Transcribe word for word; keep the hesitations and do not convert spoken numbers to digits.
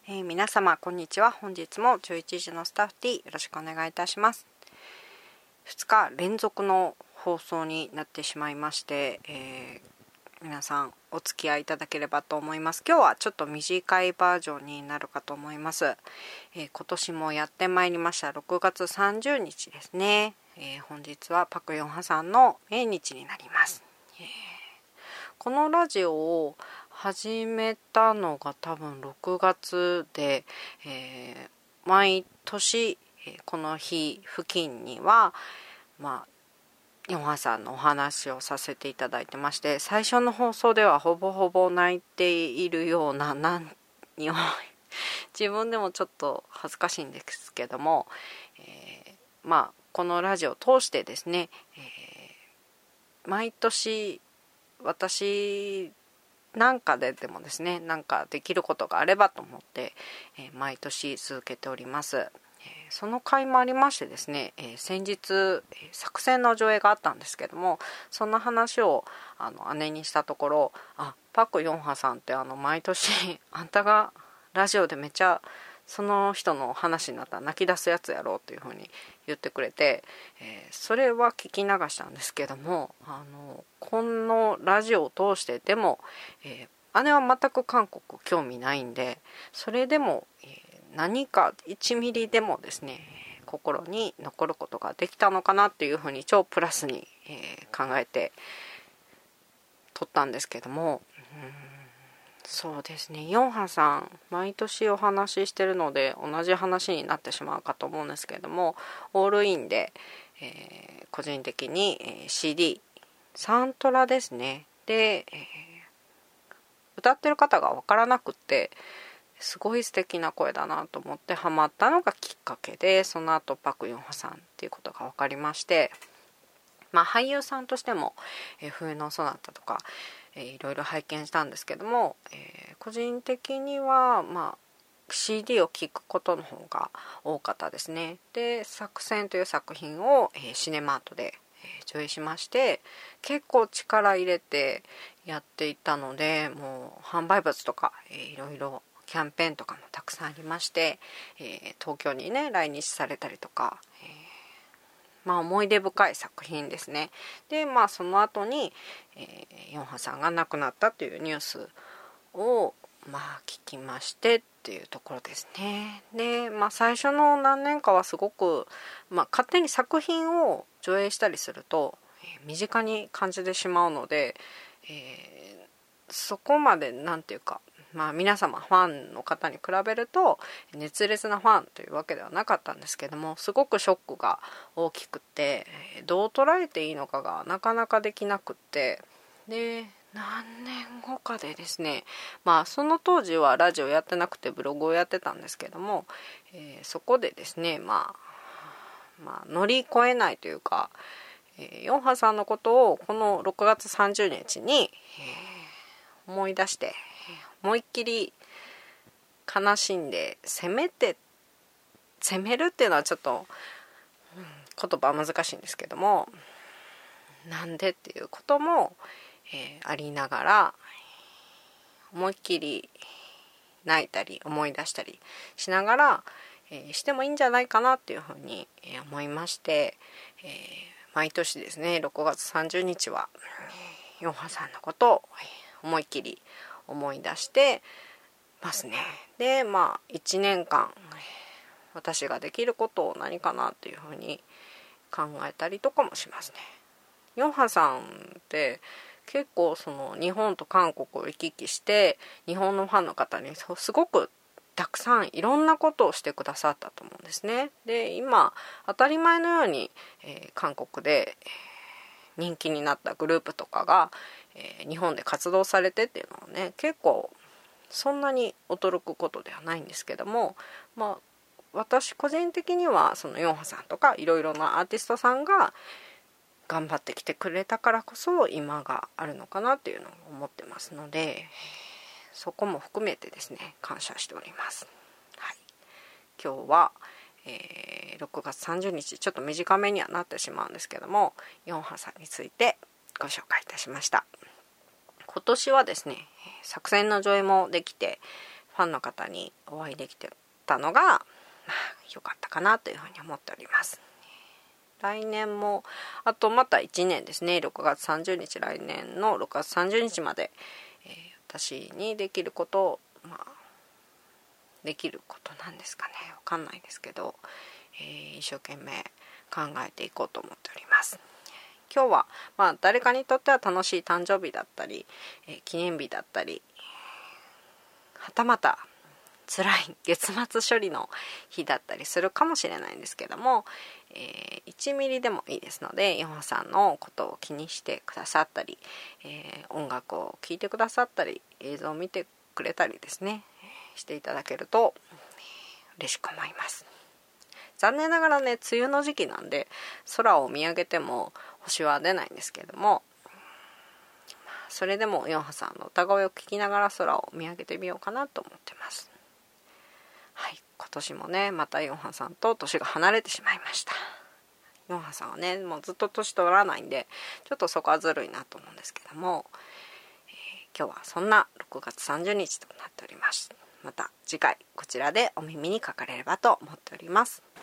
えー、皆様こんにちは。本日もじゅういちじのスタッフティーよろしくお願いいたします。ふつか連続の放送になってしまいまして、えー、皆さんお付き合いいただければと思います。今日はちょっと短いバージョンになるかと思います。えー、今年もやってまいりましたろくがつさんじゅうにちですね。えー、本日はパクヨンハさんの命日になります。えー、このラジオを始めたのが多分ろくがつで、えー、毎年この日付近にはまあヨンハさんのお話をさせていただいてまして、最初の放送ではほぼほぼ泣いているような何を自分でもちょっと恥ずかしいんですけども、えー、まあこのラジオを通してですね、えー、毎年私なんかででもですね、なんかできることがあればと思って、えー、毎年続けております。えー、その回もありましてですね、えー、先日、えー、作戦の上映があったんですけども、そんな話をあの姉にしたところ、あ、パクヨンハさんってあの毎年あんたがラジオでめっちゃその人の話になったら泣き出すやつやろうというふうに言ってくれて、えー、それは聞き流したんですけども、あのこのラジオを通してでも、えー、姉は全く韓国興味ないんで、それでも、えー、何かいちミリでもですね心に残ることができたのかなっていうふうに超プラスに、えー、考えて撮ったんですけども、うんそうですね、ヨンハさん毎年お話ししてるので同じ話になってしまうかと思うんですけれども、オールインで、えー、個人的に、えー、シーディー サントラですねで、えー、歌ってる方が分からなくってすごい素敵な声だなと思ってハマったのがきっかけで、その後パクヨンハさんっていうことが分かりまして、まあ、俳優さんとしても、えー、冬のソナタとかえー、いろいろ拝見したんですけども、えー、個人的には、まあ、シーディー を聴くことの方が多かったですね。で、作戦という作品を、えー、シネマートで、えー、上映しまして、結構力入れてやっていたので、もう販売物とか、えー、いろいろキャンペーンとかもたくさんありまして、えー、東京にね来日されたりとか、えーまあ、思い出深い作品ですね。で、まあその後に、えー、ヨンハさんが亡くなったというニュースをまあ聞きましてっていうところですね。で、まあ最初の何年かはすごく、まあ、勝手に作品を上映したりすると、えー、身近に感じてしまうので、えー、そこまでなんていうか、まあ、皆様ファンの方に比べると熱烈なファンというわけではなかったんですけども、すごくショックが大きくてどう捉えていいのかがなかなかできなくって、で何年後かでですね、まあその当時はラジオやってなくてブログをやってたんですけども、えー、そこでですね、まあ、まあ乗り越えないというか、えー、ヨンハさんのことをこのろくがつさんじゅうにちに、えー、思い出して思いっきり悲しんで責めて責めるっていうのはちょっと、うん、言葉は難しいんですけども、なんでっていうことも、えー、ありながら思いっきり泣いたり思い出したりしながら、えー、してもいいんじゃないかなっていうふうに、えー、思いまして、えー、毎年ですねろくがつさんじゅうにちはヨンハさんのことを思いっきり思い出してますね。で、まあいちねんかん私ができることを何かなっていうふうに考えたりとかもしますね。ヨンハさんって結構その日本と韓国を行き来して日本のファンの方にすごくたくさんいろんなことをしてくださったと思うんですね。で、今当たり前のように、えー、韓国で人気になったグループとかが、えー、日本で活動されてっていうのはね、結構そんなに驚くことではないんですけども、まあ私個人的にはそのヨンハさんとかいろいろなアーティストさんが頑張ってきてくれたからこそ今があるのかなっていうのを思ってますので、そこも含めてですね感謝しております。はい、今日は、えー、ろくがつさんじゅうにちちょっと短めにはなってしまうんですけども、ヨンハさんについてご紹介いたしました。今年はですね作戦の上映もできてファンの方にお会いできてたのが、まあ、良かったかなというふうに思っております。来年もあとまたいちねんですね。ろくがつさんじゅうにち、来年のろくがつさんじゅうにちまで、えー、私にできることを、まあ、できることなんですかね、わかんないですけど、えー、一生懸命考えていこうと思っております。今日は、まあ、誰かにとっては楽しい誕生日だったり、えー、記念日だったり、はたまた辛い月末処理の日だったりするかもしれないんですけども、えー、いちミリでもいいですので、ヨンハさんのことを気にしてくださったり、えー、音楽を聴いてくださったり、映像を見てくれたりですね、していただけると嬉しく思います。残念ながらね、梅雨の時期なんで空を見上げても星は出ないんですけれども、それでもヨンハさんの歌声を聞きながら空を見上げてみようかなと思ってます。はい、今年もね、またヨンハさんと年が離れてしまいました。ヨンハさんはね、もうずっと年取らないんで、ちょっとそこはずるいなと思うんですけども、えー、今日はそんなろくがつさんじゅうにちとなっております。また次回こちらでお耳にかかれればと思っております。